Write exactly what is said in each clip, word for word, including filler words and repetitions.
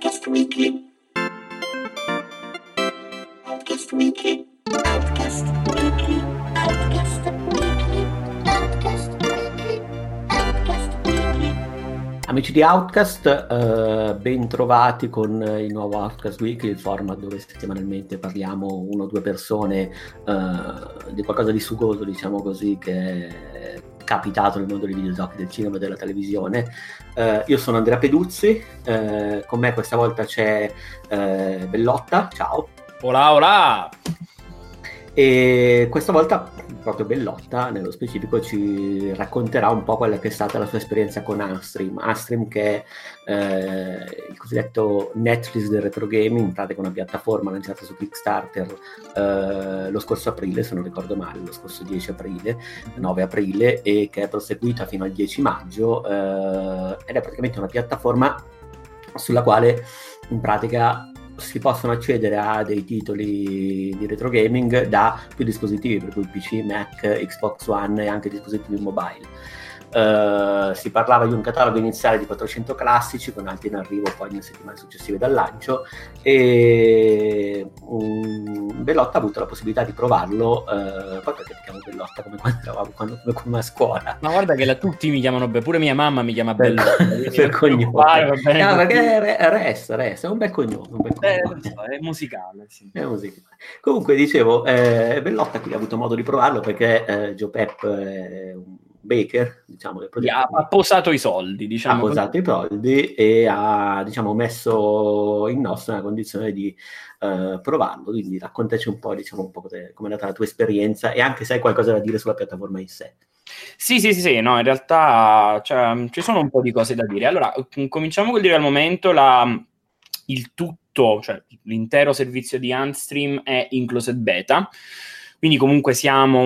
Outcast Weekly. Outcast Weekly. Outcast Weekly. Outcast Weekly. Outcast Weekly. Outcast Weekly. Amici di Outcast, eh, ben trovati con il nuovo Outcast Weekly, il format dove settimanalmente parliamo uno o due persone eh, di qualcosa di sugoso, diciamo così, che è capitato nel mondo dei videogiochi, del cinema e della televisione. Eh, io sono Andrea Peduzzi, eh, con me questa volta c'è eh, Bellotta, ciao. Olà, olà! E questa volta proprio Bellotta, nello specifico, ci racconterà un po' quella che è stata la sua esperienza con Unstream. Unstream, che è eh, il cosiddetto Netflix del retro gaming, in pratica una piattaforma lanciata su Kickstarter eh, lo scorso aprile, se non ricordo male, lo scorso dieci aprile, nove aprile, e che è proseguita fino al dieci maggio, eh, ed è praticamente una piattaforma sulla quale in pratica si possono accedere a dei titoli di retro gaming da più dispositivi, per cui P C, Mac, Xbox One e anche dispositivi mobile. Uh, si parlava di un catalogo iniziale di quattrocento classici, con altri in arrivo poi nelle settimane successive dal lancio, e um, Bellotta ha avuto la possibilità di provarlo, uh, poi perché ti chiamo Bellotta come quando eravamo quando, come, come a scuola. Ma guarda che la, tutti mi chiamano, pure mia mamma mi chiama Bellotta. Per, per cognome. No, perché resta, resta, è un bel cognome. Un bel cognome. Eh, so, è musicale, sì. È musicale. Comunque, dicevo, eh, Bellotta qui ha avuto modo di provarlo perché eh, Joe Pep è un baker, diciamo, del progetto. Ha, ha posato i soldi, diciamo. Ha posato i soldi e ha, diciamo, messo in nostra una condizione di uh, provarlo. Quindi raccontaci un po', diciamo, un po' come è andata la tua esperienza e anche se hai qualcosa da dire sulla piattaforma in sé. Sì, sì, sì, sì, no, in realtà cioè, ci sono un po' di cose da dire. Allora, cominciamo col dire al momento la, il tutto, cioè l'intero servizio di Unstream è in closed beta. Quindi comunque siamo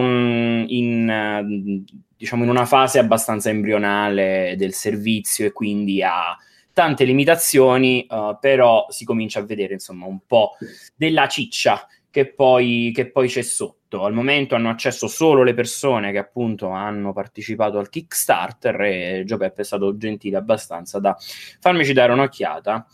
in, diciamo, in una fase abbastanza embrionale del servizio e quindi ha tante limitazioni, uh, però si comincia a vedere insomma un po' della ciccia che poi, che poi c'è sotto. Al momento hanno accesso solo le persone che appunto hanno partecipato al Kickstarter e Joe Pep è stato gentile abbastanza da farmici dare un'occhiata.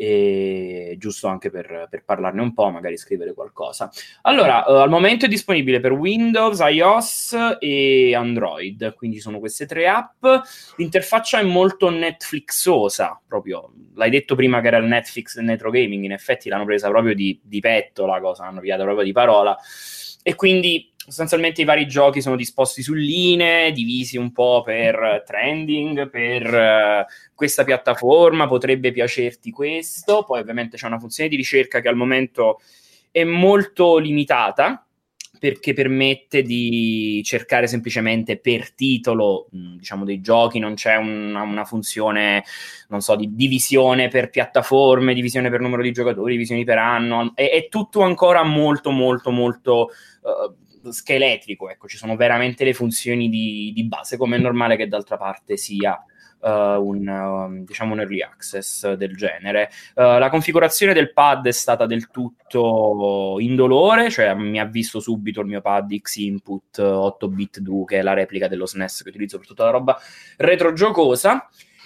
E giusto anche per, per parlarne un po', magari scrivere qualcosa. Allora, uh, al momento è disponibile per Windows, iOS e Android, quindi sono queste tre app. L'interfaccia è molto Netflixosa, proprio, l'hai detto prima che era il Netflix del retro gaming, in effetti l'hanno presa proprio di, di petto la cosa, l'hanno pigliata proprio di parola, e quindi sostanzialmente i vari giochi sono disposti su linee, divisi un po' per trending, per uh, questa piattaforma, potrebbe piacerti questo. Poi ovviamente c'è una funzione di ricerca che al momento è molto limitata, perché permette di cercare semplicemente per titolo, diciamo, dei giochi. Non c'è una, una funzione, non so, di divisione per piattaforme, divisione per numero di giocatori, divisioni per anno. È, è tutto ancora molto, molto, molto uh, scheletrico, ecco. Ci sono veramente le funzioni di, di base, come è normale che d'altra parte sia Uh, un, uh, diciamo un early access del genere. Uh, la configurazione del pad è stata del tutto indolore, cioè mi ha visto subito il mio pad X-Input otto bit due, che è la replica dello S N E S che utilizzo per tutta la roba retrogiocosa.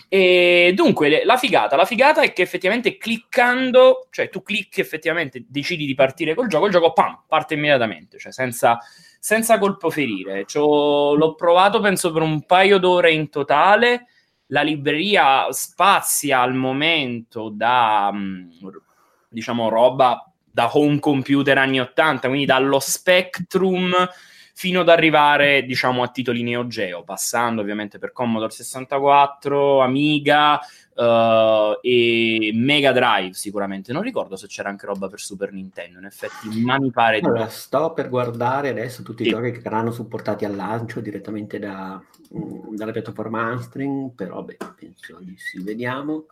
E dunque la figata, la figata è che effettivamente cliccando, cioè tu clicchi, effettivamente decidi di partire col gioco, il gioco pam, parte immediatamente, cioè senza, senza colpo ferire. C'ho, l'ho provato penso per un paio d'ore in totale. La libreria spazia al momento da, diciamo, roba da home computer anni ottanta, quindi dallo Spectrum fino ad arrivare, diciamo, a titoli Neo Geo, passando ovviamente per Commodore sessantaquattro, Amiga uh, e Mega Drive sicuramente. Non ricordo se c'era anche roba per Super Nintendo, in effetti, ma mi pare di... Allora, sto per guardare adesso tutti i sì. giochi che saranno supportati al lancio direttamente da, dalla piattaforma Unstream, però beh, penso di sì, vediamo.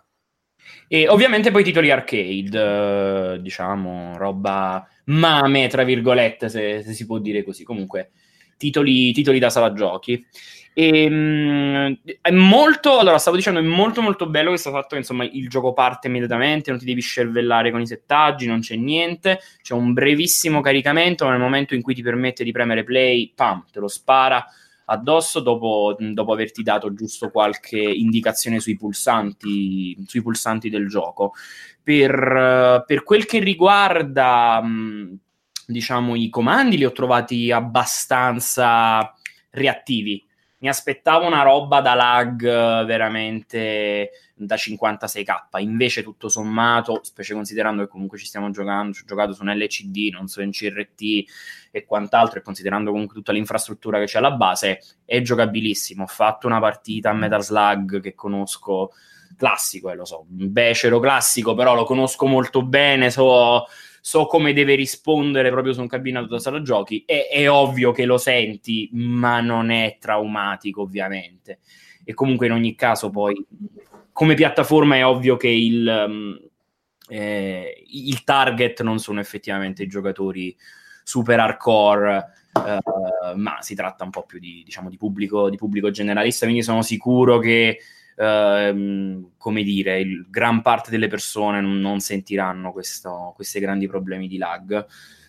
E ovviamente poi titoli arcade, eh, diciamo, roba mame, tra virgolette, se, se si può dire così. Comunque, titoli, titoli da sala giochi. E, mh, è molto, allora stavo dicendo, è molto molto bello questo fatto che insomma il gioco parte immediatamente, non ti devi scervellare con i settaggi, non c'è niente, c'è un brevissimo caricamento, ma nel momento in cui ti permette di premere play, pam, te lo spara addosso dopo, dopo averti dato giusto qualche indicazione sui pulsanti, sui pulsanti del gioco. Per, per quel che riguarda mh, diciamo i comandi, li ho trovati abbastanza reattivi. Mi aspettavo una roba da lag veramente da cinquantasei k, invece tutto sommato, specie considerando che comunque ci stiamo giocando, ci ho giocato su un L C D, non so in C R T e quant'altro, e considerando comunque tutta l'infrastruttura che c'è alla base, è giocabilissimo. Ho fatto una partita a Metal Slug che conosco, classico, eh, lo so, becero classico, però lo conosco molto bene, so... so come deve rispondere proprio su un cabinato da sala giochi. È, è ovvio che lo senti, ma non è traumatico, ovviamente. E comunque in ogni caso poi, come piattaforma è ovvio che il, um, eh, il target non sono effettivamente i giocatori super hardcore, uh, ma si tratta un po' più di, diciamo, di pubblico, di pubblico generalista, quindi sono sicuro che Uh, come dire, il gran parte delle persone non, non sentiranno questo, questi grandi problemi di lag.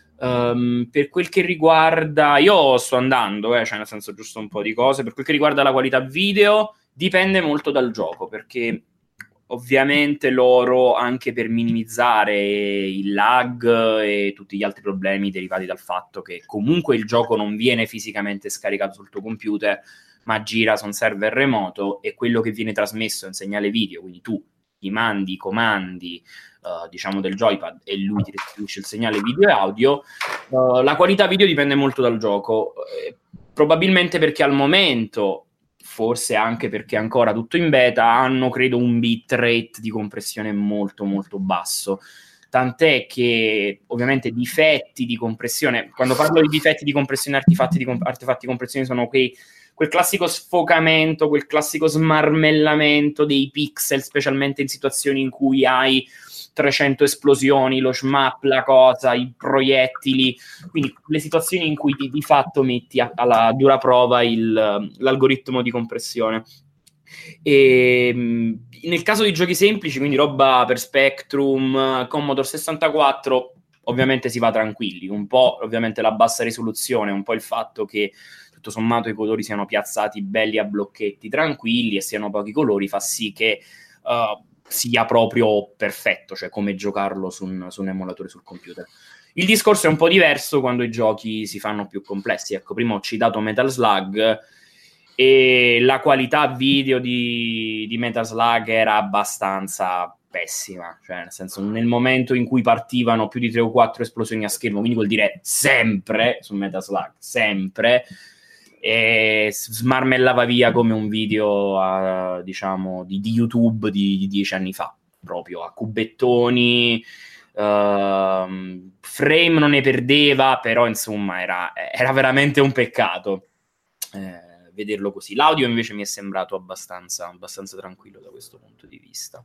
Um, per quel che riguarda, io sto andando, eh, cioè nel senso giusto un po' di cose. Per quel che riguarda la qualità video, dipende molto dal gioco, perché ovviamente loro, anche per minimizzare il lag e tutti gli altri problemi derivati dal fatto che comunque il gioco non viene fisicamente scaricato sul tuo computer, ma gira su un server remoto, e quello che viene trasmesso è un segnale video, quindi tu gli mandi i comandi uh, diciamo del joypad e lui ti restituisce il segnale video e audio. Uh, la qualità video dipende molto dal gioco, eh, probabilmente perché al momento, forse anche perché è ancora tutto in beta, hanno credo un bitrate di compressione molto molto basso, tant'è che ovviamente difetti di compressione, quando parlo di difetti di compressione, artefatti di, comp- artefatti di compressione sono quei quel classico sfocamento, quel classico smarmellamento dei pixel, specialmente in situazioni in cui hai trecento esplosioni, lo shmup, la cosa, i proiettili, quindi le situazioni in cui di, di fatto metti a, alla dura prova il, l'algoritmo di compressione. E nel caso di giochi semplici, quindi roba per Spectrum, Commodore sessantaquattro, ovviamente si va tranquilli, un po' ovviamente la bassa risoluzione, un po' il fatto che tutto sommato i colori siano piazzati belli a blocchetti tranquilli e siano pochi colori, fa sì che uh, sia proprio perfetto, cioè come giocarlo su un, su un emulatore sul computer. Il discorso è un po' diverso quando i giochi si fanno più complessi. Ecco, prima ho citato Metal Slug e la qualità video di, di Metal Slug era abbastanza pessima, cioè nel senso, nel momento in cui partivano più di tre o quattro esplosioni a schermo, quindi vuol dire sempre su Metal Slug, sempre, e smarmellava via come un video uh, diciamo di, di YouTube di, di dieci anni fa, proprio a cubettoni, uh, frame non ne perdeva, però insomma era, era veramente un peccato eh, vederlo così. L'audio invece mi è sembrato abbastanza, abbastanza tranquillo da questo punto di vista.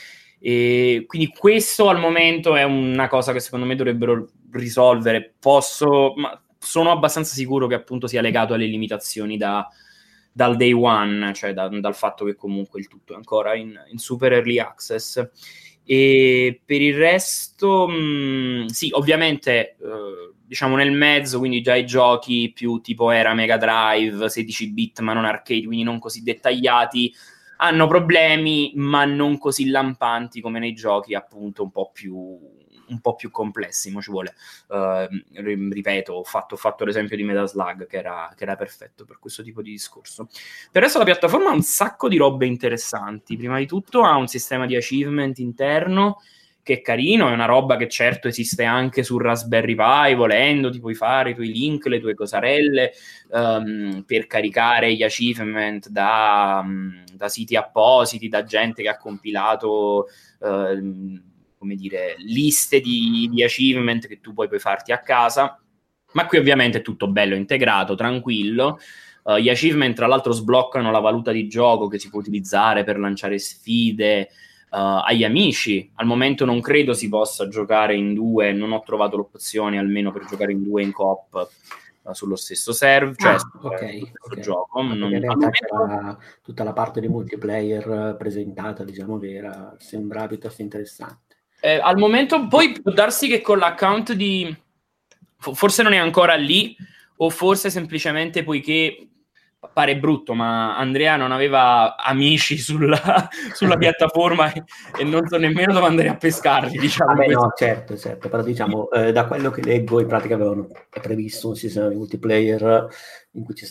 E quindi questo al momento è una cosa che secondo me dovrebbero risolvere. Posso, ma sono abbastanza sicuro che appunto sia legato alle limitazioni da, dal day one, cioè da, dal fatto che comunque il tutto è ancora in, in super early access. E per il resto mh, sì, ovviamente eh, diciamo nel mezzo, quindi già i giochi più tipo era Mega Drive, sedici bit ma non arcade, quindi non così dettagliati, hanno problemi ma non così lampanti come nei giochi appunto un po' più un po' più complessi, mo ci vuole. Uh, ripeto, ho fatto, ho fatto l'esempio di Metal Slug che era, che era perfetto per questo tipo di discorso. Per adesso la piattaforma ha un sacco di robe interessanti. Prima di tutto ha un sistema di achievement interno che è carino, è una roba che certo esiste anche su Raspberry Pi, volendo, ti puoi fare i tuoi link, le tue cosarelle um, per caricare gli achievement da, um, da siti appositi, da gente che ha compilato uh, come dire, liste di, di achievement che tu poi puoi farti a casa, ma qui ovviamente è tutto bello integrato, tranquillo. Uh, gli achievement tra l'altro sbloccano la valuta di gioco che si può utilizzare per lanciare sfide uh, agli amici. Al momento non credo si possa giocare in due, non ho trovato l'opzione almeno per giocare in due in coop uh, sullo stesso server, cioè ah, su, okay, su questo okay. gioco. Non, in realtà momento... c'era tutta la parte di multiplayer presentata, diciamo, che era, sembra piuttosto interessante. Eh, al momento poi può darsi che con l'account di... forse non è ancora lì, o forse semplicemente poiché pare brutto, ma Andrea non aveva amici sulla, sulla piattaforma e, e non so nemmeno dove andare a pescarli, diciamo. Vabbè, no, certo, certo, però diciamo, eh, da quello che leggo, in pratica avevano è previsto un sistema di multiplayer in cui ci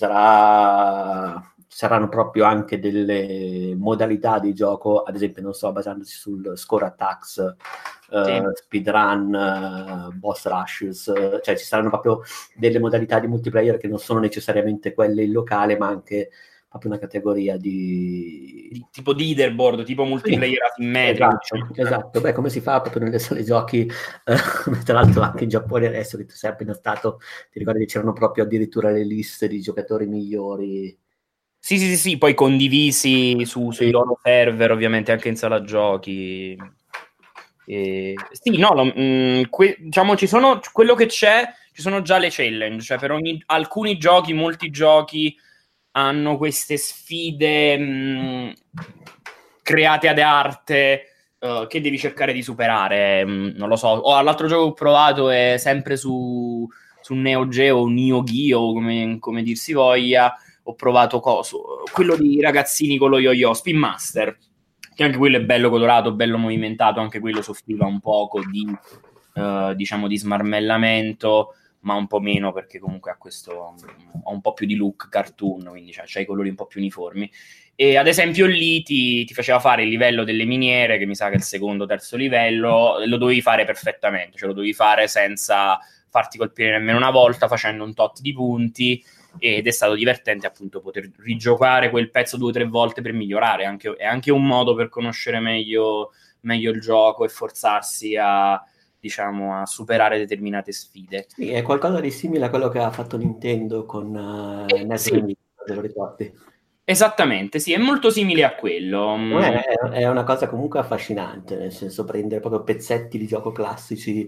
sarà, ci saranno proprio anche delle modalità di gioco, ad esempio, non so, basandosi sul score attacks, eh, Sì. speedrun, eh, boss rushes, eh, cioè ci saranno proprio delle modalità di multiplayer che non sono necessariamente quelle in locale, ma anche proprio una categoria di... Di- tipo leaderboard, tipo multiplayer Sì, asimmetrico. esatto, esatto. Beh, come si fa proprio nelle sale giochi, eh, tra l'altro anche in Giappone adesso, che tu sei appena stato, ti ricordi che c'erano proprio addirittura le liste di giocatori migliori? Sì, sì, sì, sì, poi condivisi su, sui Sì. loro server, ovviamente anche in sala giochi. E... Sì, no, lo- mh, que- diciamo ci sono quello che c'è, ci sono già le challenge, cioè per ogni, alcuni giochi, molti giochi hanno queste sfide mh, create ad arte uh, che devi cercare di superare. Mh, non lo so. O l'altro gioco che ho provato è sempre su, su Neo Geo, Neo Geo, come, come dir si voglia. Ho provato coso, quello di ragazzini con lo yo-yo, Spin Master, che anche quello è bello colorato, bello movimentato, anche quello soffriva un poco di, uh, diciamo, di smarmellamento, ma un po' meno perché comunque ha questo ha un po' più di look cartoon, quindi c'ha, c'ha i colori un po' più uniformi. E ad esempio lì ti, ti faceva fare il livello delle miniere, che mi sa che è il secondo o terzo livello, lo dovevi fare perfettamente, cioè lo dovevi fare senza farti colpire nemmeno una volta, facendo un tot di punti, ed è stato divertente appunto poter rigiocare quel pezzo due o tre volte per migliorare. Anche, è anche un modo per conoscere meglio, meglio il gioco e forzarsi a, diciamo, a superare determinate sfide. Sì, è qualcosa di simile a quello che ha fatto Nintendo con uh, Eh, Net sì. Remix, te lo ricordi? Esattamente, sì, è molto simile a quello. È, è una cosa comunque affascinante, nel senso prendere proprio pezzetti di gioco classici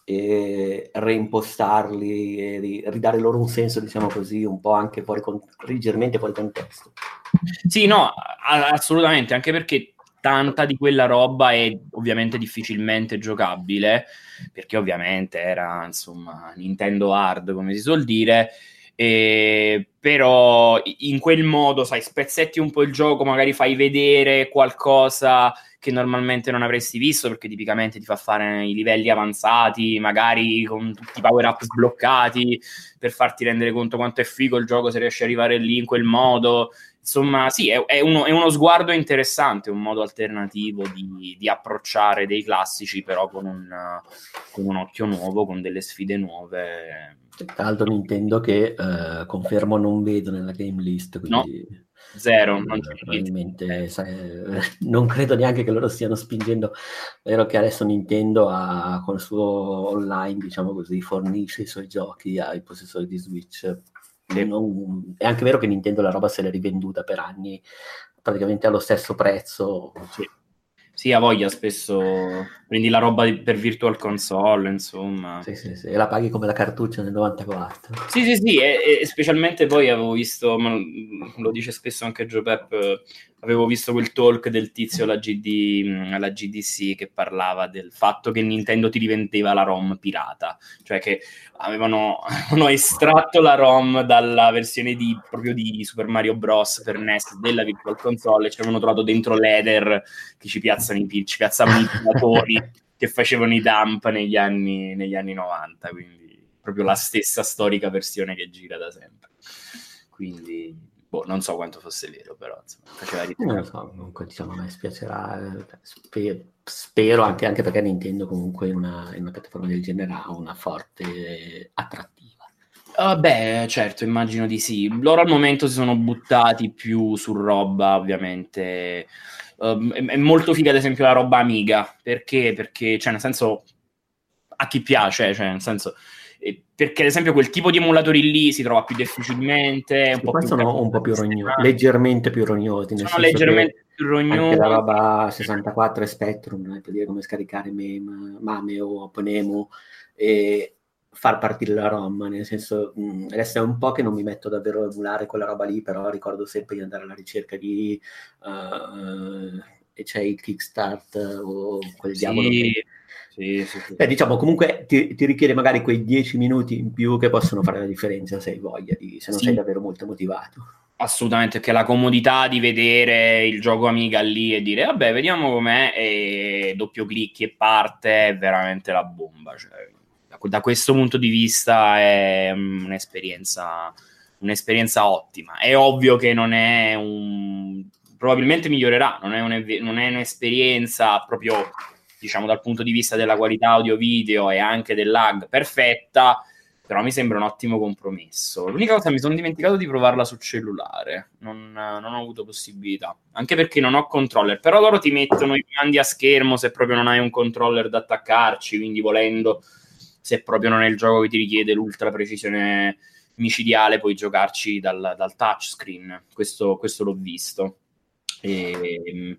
e reimpostarli e ri- ridare loro un senso, diciamo così, un po' anche fuori con- leggermente fuori contesto. Sì, no, a- assolutamente, anche perché tanta di quella roba è ovviamente difficilmente giocabile, perché ovviamente era, insomma, Nintendo hard, come si suol dire, e, però in quel modo, sai, spezzetti un po' il gioco, magari fai vedere qualcosa che normalmente non avresti visto, perché tipicamente ti fa fare i livelli avanzati, magari con tutti i power-up sbloccati, per farti rendere conto quanto è figo il gioco se riesci ad arrivare lì in quel modo. Insomma, sì, è, è, uno, è uno sguardo interessante, un modo alternativo di, di approcciare dei classici, però con un, con un occhio nuovo, con delle sfide nuove. Tra l'altro Nintendo che eh, confermo non vedo nella game list, quindi No, zero, eh, non c'è probabilmente sai, non credo neanche che loro stiano spingendo. È vero che adesso Nintendo ha, con il suo online, diciamo così, fornisce i suoi giochi ai possessori di Switch. Non, è anche vero che Nintendo la roba se l'è rivenduta per anni praticamente allo stesso prezzo. Sì. Sì, a voglia, spesso prendi la roba per Virtual Console, insomma. Sì, sì, sì, e la paghi come la cartuccia nel novantaquattro. Sì, sì, sì, e, e specialmente poi avevo visto, ma lo dice spesso anche Joe Pep, avevo visto quel talk del tizio alla, G D, alla G D C che parlava del fatto che Nintendo ti rivendeva la ROM pirata, cioè che avevano, avevano estratto la ROM dalla versione di, proprio di Super Mario Bros. Per N E S della Virtual Console e ci avevano trovato dentro l'header che ci piazzano i, ci piazzavano i piratori che facevano i dump negli anni, negli anni novanta, quindi proprio la stessa storica versione che gira da sempre. Quindi, boh, non so quanto fosse vero, però insomma, faceva ridere. Non lo so, comunque diciamo a me spiacerà, spero, spero anche, anche perché Nintendo comunque in una, in una piattaforma del genere ha una forte attrattiva. Uh, beh, certo, immagino di sì. Loro al momento si sono buttati più su roba, ovviamente. Uh, è, è molto figa, ad esempio, la roba Amiga. Perché? Perché, cioè, nel senso, a chi piace, cioè, nel senso, eh, perché, ad esempio, quel tipo di emulatori lì si trova più difficilmente. Un Sì, po' poi più sono un po' più rognosi, leggermente più rognosi. Nel sono senso leggermente che più rognosi. anche la roba sessantaquattro e Spectrum, non è per dire come scaricare Meme, Mame o Ponemu e far partire la ROM, nel senso mh, adesso è un po' che non mi metto davvero a emulare quella roba lì, però ricordo sempre di andare alla ricerca di uh, e c'è il Kickstart o quel Sì, diavolo che... sì, sì, sì. Eh, diciamo comunque ti, ti richiede magari quei dieci minuti in più che possono fare la differenza se hai voglia di, se non Sì. sei davvero molto motivato. Assolutamente, che la comodità di vedere il gioco Amiga lì e dire vabbè, vediamo com'è, e doppio clicchi e parte, è veramente la bomba. Cioè, da, da questo punto di vista è un'esperienza, un'esperienza ottima. È ovvio che non è un... probabilmente migliorerà, non è, un, non è un'esperienza proprio, diciamo, dal punto di vista della qualità audio-video e anche del lag perfetta, però mi sembra un ottimo compromesso. L'unica cosa, mi sono dimenticato di provarla sul cellulare, non, non ho avuto possibilità, anche perché non ho controller, però loro ti mettono i comandi a schermo se proprio non hai un controller da attaccarci, quindi volendo, se proprio non è il gioco che ti richiede l'ultra precisione micidiale, puoi giocarci dal, dal touchscreen. Questo, questo l'ho visto. E,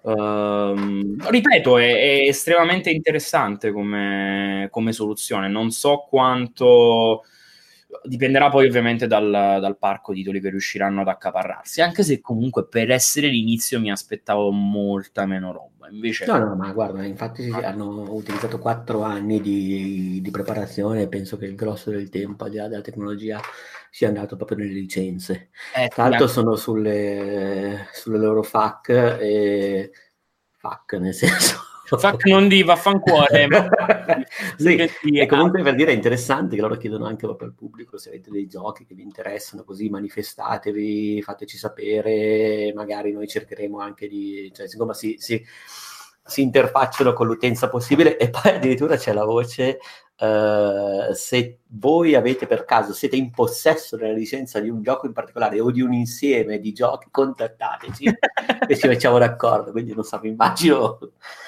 um, ripeto, è, è estremamente interessante come, come soluzione. Non so quanto dipenderà poi ovviamente dal, dal parco titoli che riusciranno ad accaparrarsi, anche se comunque per essere l'inizio mi aspettavo molta meno roba. Invece no no ma guarda, infatti sì, hanno utilizzato quattro anni di, di preparazione, e penso che il grosso del tempo, al di là della tecnologia, sia andato proprio nelle licenze. eh, Tra l'altro sono sulle, sulle loro F A Q, e F A Q nel senso F A Q non di vaffancuore. Sì, e comunque, per dire, è interessante che loro chiedono anche proprio al pubblico se avete dei giochi che vi interessano, così manifestatevi, fateci sapere, magari noi cercheremo anche di, cioè insomma si, si, si interfacciano con l'utenza possibile. E poi addirittura c'è la voce uh, se voi avete per caso, siete in possesso della licenza di un gioco in particolare o di un insieme di giochi, contattateci e ci mettiamo d'accordo. Quindi non so, mi immagino.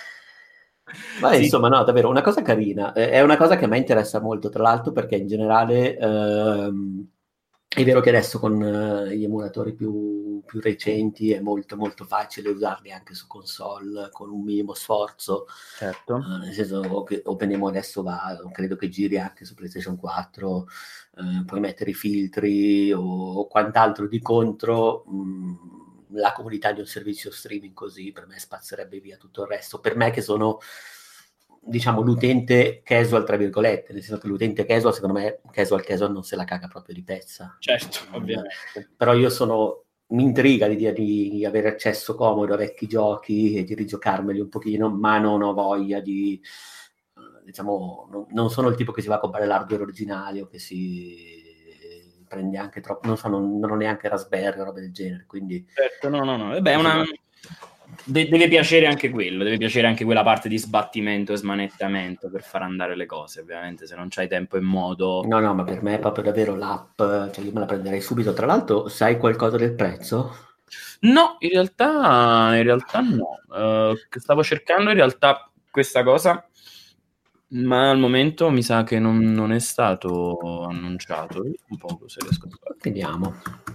Ma sì, insomma, no, davvero, una cosa carina, è una cosa che a me interessa molto, tra l'altro, perché in generale ehm, è vero che adesso con eh, gli emulatori più, più recenti è molto molto facile usarli anche su console con un minimo sforzo. Certo. Uh, nel senso che OpenEMU adesso va, credo che giri anche su PlayStation quattro, uh, puoi mettere i filtri o, o quant'altro di contro. Mh, la comunità di un servizio streaming così per me spazzerebbe via tutto il resto. Per me che sono, diciamo, l'utente casual tra virgolette, nel senso che l'utente casual, secondo me, casual casual non se la caga proprio di pezza. Certo, ovviamente. Però io sono, mi intriga l'idea di, di avere accesso comodo a vecchi giochi e di rigiocarmeli un pochino, ma non ho voglia di, diciamo, non, non sono il tipo che si va a comprare l'hardware originale o che si prende anche troppo, non so, non, non ho neanche Raspberry o roba del genere, quindi... Certo, no, no, no, beh, una... De- deve piacere anche quello, deve piacere anche quella parte di sbattimento e smanettamento per far andare le cose, ovviamente, se non c'hai tempo e modo... No, no, ma per me è proprio davvero l'app, cioè io me la prenderei subito. Tra l'altro, sai qualcosa del prezzo? No, in realtà, in realtà no. Uh, stavo cercando in realtà questa cosa, ma al momento mi sa che non, non è stato annunciato. Un po' se riesco a fare. Vediamo.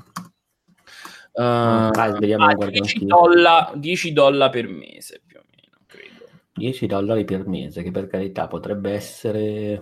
Uh, Dai, vediamo, ah, dieci dollari, dieci dollari per mese più o meno, credo. dieci dollari per mese, che per carità potrebbe essere...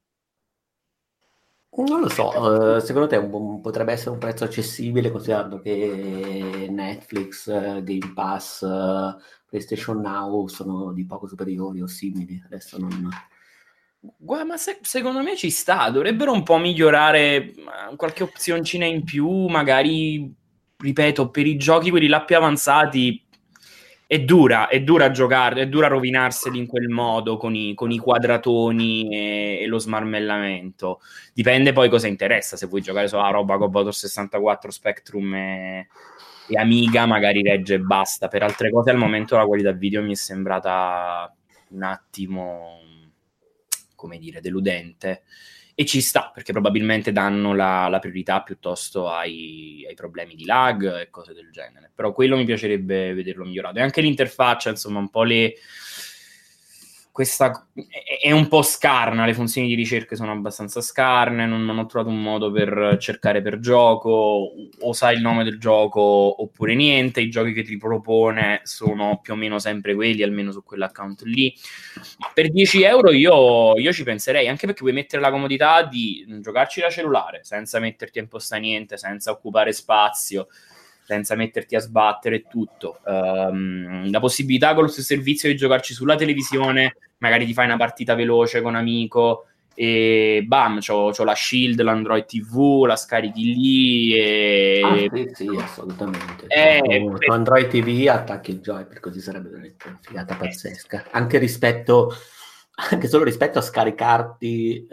Non lo so, uh, secondo te un, un, potrebbe essere un prezzo accessibile, considerando che Netflix, uh, Game Pass, uh, PlayStation Now sono di poco superiori o simili? Adesso non... Guarda, ma se, secondo me ci sta, dovrebbero un po' migliorare qualche opzioncina in più, magari, ripeto, per i giochi quelli là più avanzati è dura, è dura giocare, è dura rovinarseli in quel modo con i, con i quadratoni e, e lo smarmellamento. Dipende poi cosa interessa, se vuoi giocare solo la roba Commodore sessantaquattro, Spectrum e, e Amiga, magari regge e basta. Per altre cose al momento la qualità video mi è sembrata un attimo... come dire, deludente, e ci sta, perché probabilmente danno la, la priorità piuttosto ai, ai problemi di lag e cose del genere, però quello mi piacerebbe vederlo migliorato, e anche l'interfaccia, insomma, un po' le... questa è un po' scarna, le funzioni di ricerca sono abbastanza scarne, non, non ho trovato un modo per cercare per gioco, o sai il nome del gioco oppure niente, i giochi che ti propone sono più o meno sempre quelli, almeno su quell'account lì. Per dieci euro io, io ci penserei, anche perché puoi mettere la comodità di giocarci da cellulare, senza metterti a impostare niente, senza occupare spazio, senza metterti a sbattere e tutto. Um, la possibilità con lo stesso servizio di giocarci sulla televisione, magari ti fai una partita veloce con amico e bam, c'ho, c'ho la Shield, l'Android T V, la scarichi lì e... Ah, sì, sì, assolutamente. Eh, Su, su Android T V attacchi il Joypad, così sarebbe veramente una figata pazzesca. Anche rispetto, anche solo rispetto a scaricarti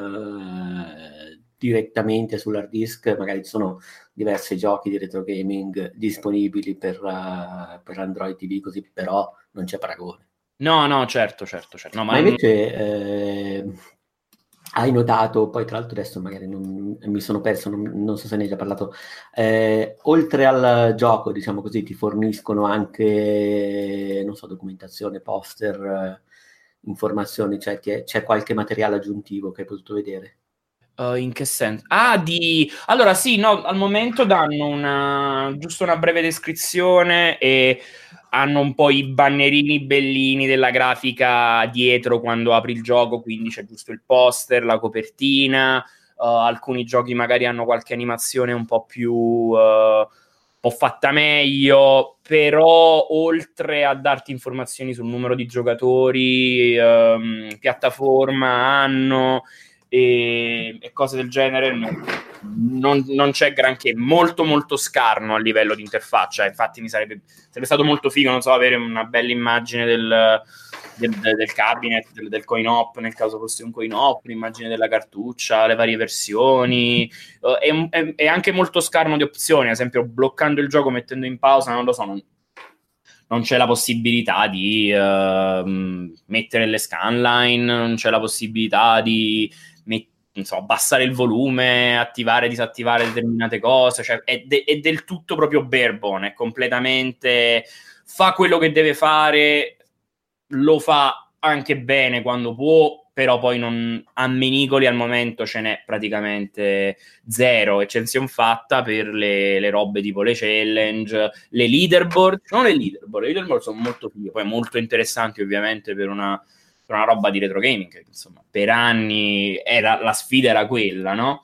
eh, direttamente sull'hard disk, magari ci sono diversi giochi di retro gaming disponibili per, uh, per Android T V, così però non c'è paragone. No, no, certo, certo, certo. No, ma Ma non... invece eh, hai notato, poi tra l'altro adesso magari non, mi sono perso, non, non so se ne hai già parlato, eh, oltre al gioco, diciamo così, ti forniscono anche, non so, documentazione, poster, eh, informazioni, cioè ti è- c'è qualche materiale aggiuntivo che hai potuto vedere? Uh, in che senso? Ah, di... Allora sì, no, al momento danno una... giusto una breve descrizione e hanno un po' i bannerini bellini della grafica dietro quando apri il gioco, quindi c'è giusto il poster, la copertina, uh, alcuni giochi magari hanno qualche animazione un po' più... Uh, un po' fatta meglio, però oltre a darti informazioni sul numero di giocatori, um, piattaforma, anno... E, e cose del genere non, non, non c'è granché, molto molto scarno a livello di interfaccia. Infatti mi sarebbe, sarebbe stato molto figo, non so, avere una bella immagine del, del, del cabinet, del, del coin op, nel caso fosse un coin op, un'immagine della cartuccia, le varie versioni, uh, è, è, è anche molto scarno di opzioni, ad esempio bloccando il gioco, mettendo in pausa, non lo so, non, non c'è la possibilità di uh, mettere le scanline, non c'è la possibilità di met- non so, abbassare il volume, attivare, disattivare determinate cose, cioè è, de- è del tutto proprio barebone, è completamente fa quello che deve fare, lo fa anche bene quando può, però poi non, a menicoli al momento ce n'è praticamente zero, eccezione fatta per le, le robe tipo le challenge, le leaderboard, non le leaderboard, le leaderboard sono molto fighe, poi molto interessanti ovviamente per una, per una roba di retro gaming, che insomma per anni era, la sfida era quella, no?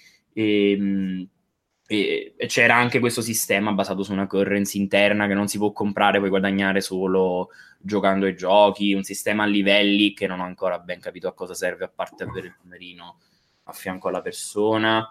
E, e, e c'era anche questo sistema basato su una currency interna che non si può comprare, puoi guadagnare solo giocando ai giochi, un sistema a livelli che non ho ancora ben capito a cosa serve, a parte avere il numerino a fianco alla persona.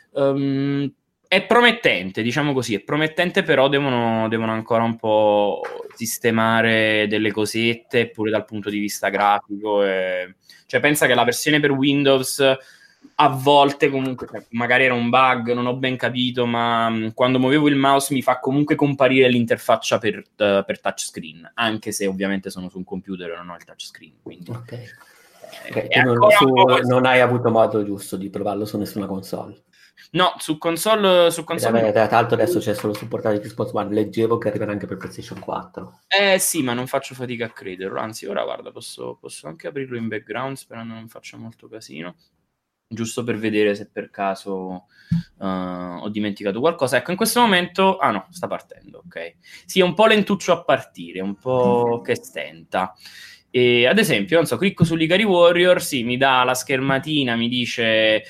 Um, è promettente, diciamo così, è promettente, però devono, devono ancora un po' sistemare delle cosette, pure dal punto di vista grafico. E... cioè, pensa che la versione per Windows a volte comunque, magari era un bug, non ho ben capito, ma mh, quando muovevo il mouse mi fa comunque comparire l'interfaccia per, uh, per touchscreen, anche se ovviamente sono su un computer e non ho il touchscreen, quindi Ok. eh, Okay, è non, ancora su, un po' non hai avuto modo giusto di provarlo su nessuna console. no, su console, su Ed console è- no. tra l'altro adesso c'è solo supportato Xbox One, leggevo che arriverà anche per PlayStation quattro. Eh sì, ma non faccio fatica a crederlo, anzi ora guarda, posso, posso anche aprirlo in background sperando non faccia molto casino, giusto per vedere se per caso uh, ho dimenticato qualcosa. Ecco, in questo momento... Ah no, sta partendo, ok. Sì, è un po' lentuccio a partire, un po' che stenta. E, ad esempio, non so, clicco sull'Ikari Warrior, sì, mi dà la schermatina, mi dice,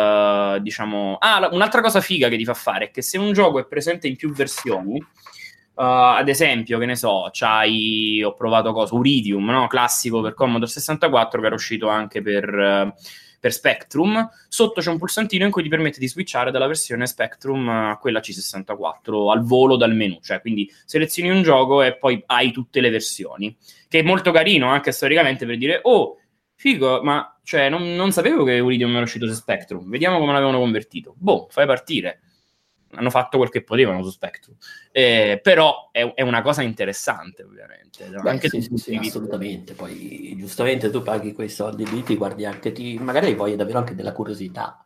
uh, diciamo... Ah, un'altra cosa figa che ti fa fare è che se un gioco è presente in più versioni, uh, ad esempio, che ne so, c'hai... ho provato cosa? Uridium, no? Classico per Commodore sessantaquattro, che era uscito anche per... Uh, per Spectrum, sotto c'è un pulsantino in cui ti permette di switchare dalla versione Spectrum a quella C sessantaquattro al volo dal menu, cioè quindi selezioni un gioco e poi hai tutte le versioni, che è molto carino anche storicamente per dire oh, figo, ma cioè non, non sapevo che Uridium era uscito su Spectrum, vediamo come l'avevano convertito, boh, fai partire. Hanno fatto quel che potevano su Spectrum, eh, però è, è una cosa interessante ovviamente. Beh, anche sì, sì, sì, assolutamente. Poi giustamente tu paghi quei soldi lì, ti guardi anche, ti... magari hai voglia davvero anche della curiosità.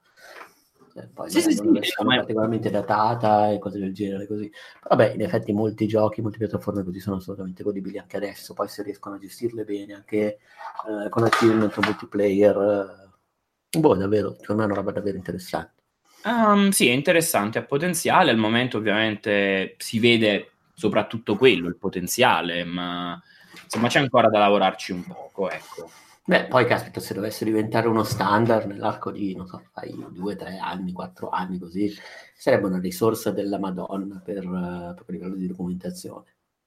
Eh, poi sì, sì, magari una sì, versione ma... particolarmente datata e cose del genere così. Però beh, in effetti molti giochi, molte piattaforme così sono assolutamente godibili anche adesso, poi se riescono a gestirle bene, anche eh, con achievement o multiplayer, eh, boh, davvero, secondo me è una roba davvero interessante. Um, sì, è interessante, ha potenziale, al momento ovviamente si vede soprattutto quello, il potenziale, ma insomma c'è ancora da lavorarci un poco, ecco. Beh, poi caspita, se dovesse diventare uno standard nell'arco di, non so, fai due, tre anni, quattro anni così, sarebbe una risorsa della Madonna per, uh, per livello di documentazione.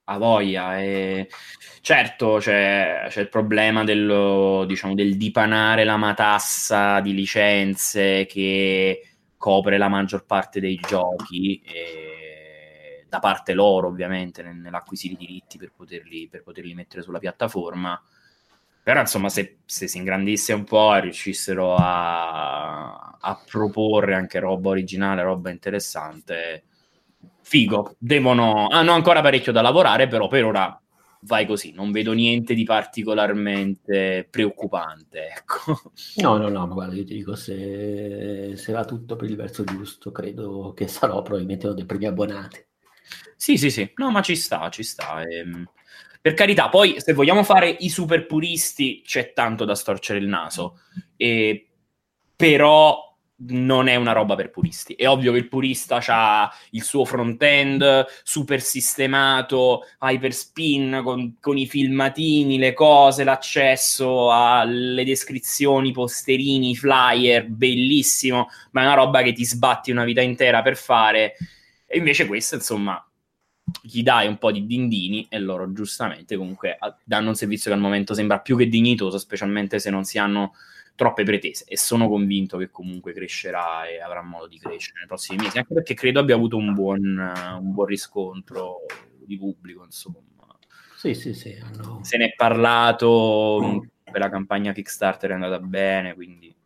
ha voglia. E certo c'è, c'è il problema dello, diciamo, del dipanare la matassa di licenze che copre la maggior parte dei giochi, e da parte loro ovviamente nell'acquisire i diritti per poterli, per poterli mettere sulla piattaforma. Però insomma se, se si ingrandisse un po' e riuscissero a, a proporre anche roba originale, roba interessante, figo. Devono, hanno ancora parecchio da lavorare, però per ora vai così, non vedo niente di particolarmente preoccupante, ecco. No, no, no, ma guarda, io ti dico, se, se va tutto per il verso giusto, credo che sarò probabilmente uno dei primi abbonati. Sì, sì, sì, no, ma ci sta, ci sta. Ehm, per carità, poi se vogliamo fare i super puristi c'è tanto da storcere il naso, e, però non è una roba per puristi. È ovvio che il purista ha il suo front-end super sistemato, hyperspin, con, con i filmatini, le cose, l'accesso alle descrizioni, posterini, flyer, bellissimo, ma è una roba che ti sbatti una vita intera per fare. E invece questo, insomma, gli dai un po' di dindini e loro giustamente comunque danno un servizio che al momento sembra più che dignitoso, specialmente se non si hanno troppe pretese, e sono convinto che comunque crescerà e avrà modo di crescere nei prossimi mesi, anche perché credo abbia avuto un buon, un buon riscontro di pubblico, insomma. Sì, sì, sì. Hanno... Se ne è parlato, mm. per la campagna Kickstarter è andata bene, quindi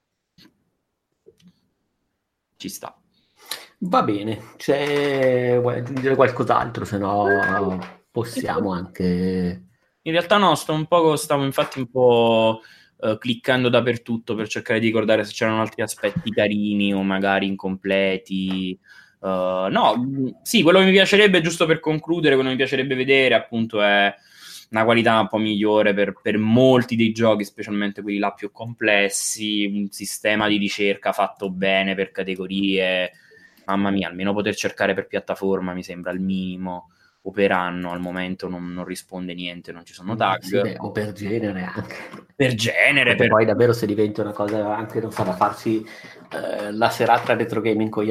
ci sta. Va bene, c'è... vuoi aggiungere qualcos'altro? Se no possiamo anche... In realtà no, sto un po', stavo infatti un po' uh, cliccando dappertutto per cercare di ricordare se c'erano altri aspetti carini o magari incompleti. Uh, no, sì, quello che mi piacerebbe, giusto per concludere, quello che mi piacerebbe vedere appunto è una qualità un po' migliore per, per molti dei giochi, specialmente quelli là più complessi, un sistema di ricerca fatto bene per categorie. Mamma mia, almeno poter cercare per piattaforma mi sembra il minimo, o per anno, al momento non, non risponde niente, non ci sono tag. Sì, beh, o per genere anche. Per genere. Per... poi davvero se diventa una cosa anche, non so, da farsi eh, la serata retro gaming con gli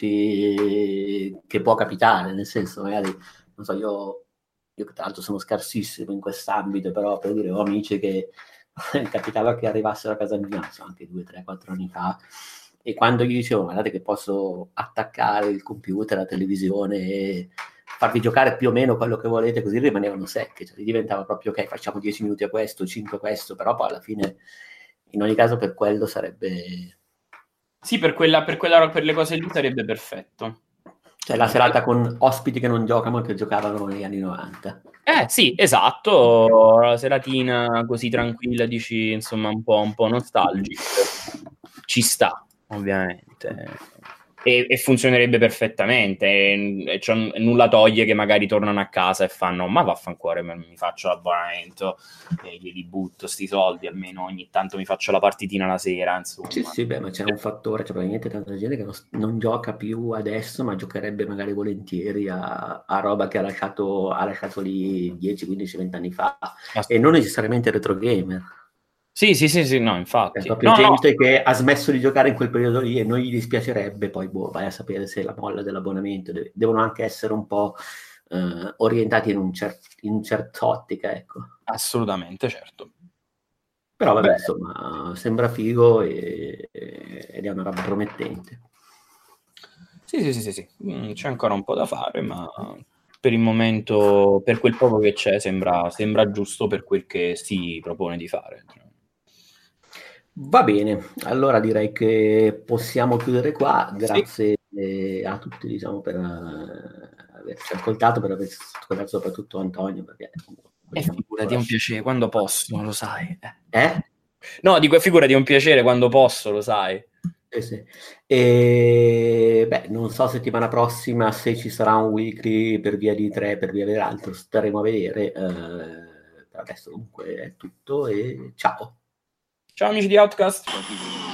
amici, che può capitare, nel senso, magari, non so, io, io tra l'altro sono scarsissimo in quest'ambito, però per dire, ho amici che capitava che arrivassero a casa mia, so, anche due, tre, quattro anni fa, e quando gli dicevo guardate che posso attaccare il computer, la televisione e farvi giocare più o meno quello che volete, così rimanevano secche, cioè diventava proprio ok, facciamo dieci minuti a questo, cinque a questo, però poi alla fine in ogni caso per quello sarebbe... Sì, per quella, per quella, per le cose lì sarebbe perfetto. Cioè la serata con ospiti che non giocano, che giocavano negli anni novanta. Eh sì, esatto, la seratina così tranquilla, dici, insomma, un po', un po' nostalgica, ci sta, ovviamente, e, e funzionerebbe perfettamente, e, e cioè, nulla toglie che magari tornano a casa e fanno, ma vaffanculo, mi faccio l'abbonamento e glieli butto sti soldi, almeno ogni tanto mi faccio la partitina la sera, insomma. Sì, sì, beh, ma c'è un fattore, c'è probabilmente tanta gente che non, non gioca più adesso, ma giocherebbe magari volentieri a, a roba che ha lasciato, ha lasciato lì dieci, quindici, venti anni fa, e non necessariamente retro gamer. Sì, sì, sì, sì, no, infatti. È proprio no, gente no. che ha smesso di giocare in quel periodo lì e non gli dispiacerebbe, poi boh, vai a sapere se la molla dell'abbonamento deve, devono anche essere un po' eh, orientati in un cer- in certa ottica, ecco. Assolutamente, certo. Però vabbè, Beh. insomma, sembra figo e, e, ed è una roba promettente. Sì, sì, sì, sì, sì. Mm, c'è ancora un po' da fare, ma per il momento, per quel poco che c'è, sembra, sembra giusto per quel che si propone di fare. Va bene, allora direi che possiamo chiudere qua. Grazie sì. a tutti, diciamo, per uh, averci ascoltato, per averci ascoltato soprattutto Antonio, perché E figurati, è un piacere, quando posso, lo sai. Eh? No, dico, figurati, è un piacere quando posso, lo sai. Sì, sì. E, beh, non so settimana prossima se ci sarà un weekly per via di tre, per via dell'altro, staremo a vedere. Uh, per adesso comunque è tutto e ciao. Ciao amici di Outcast.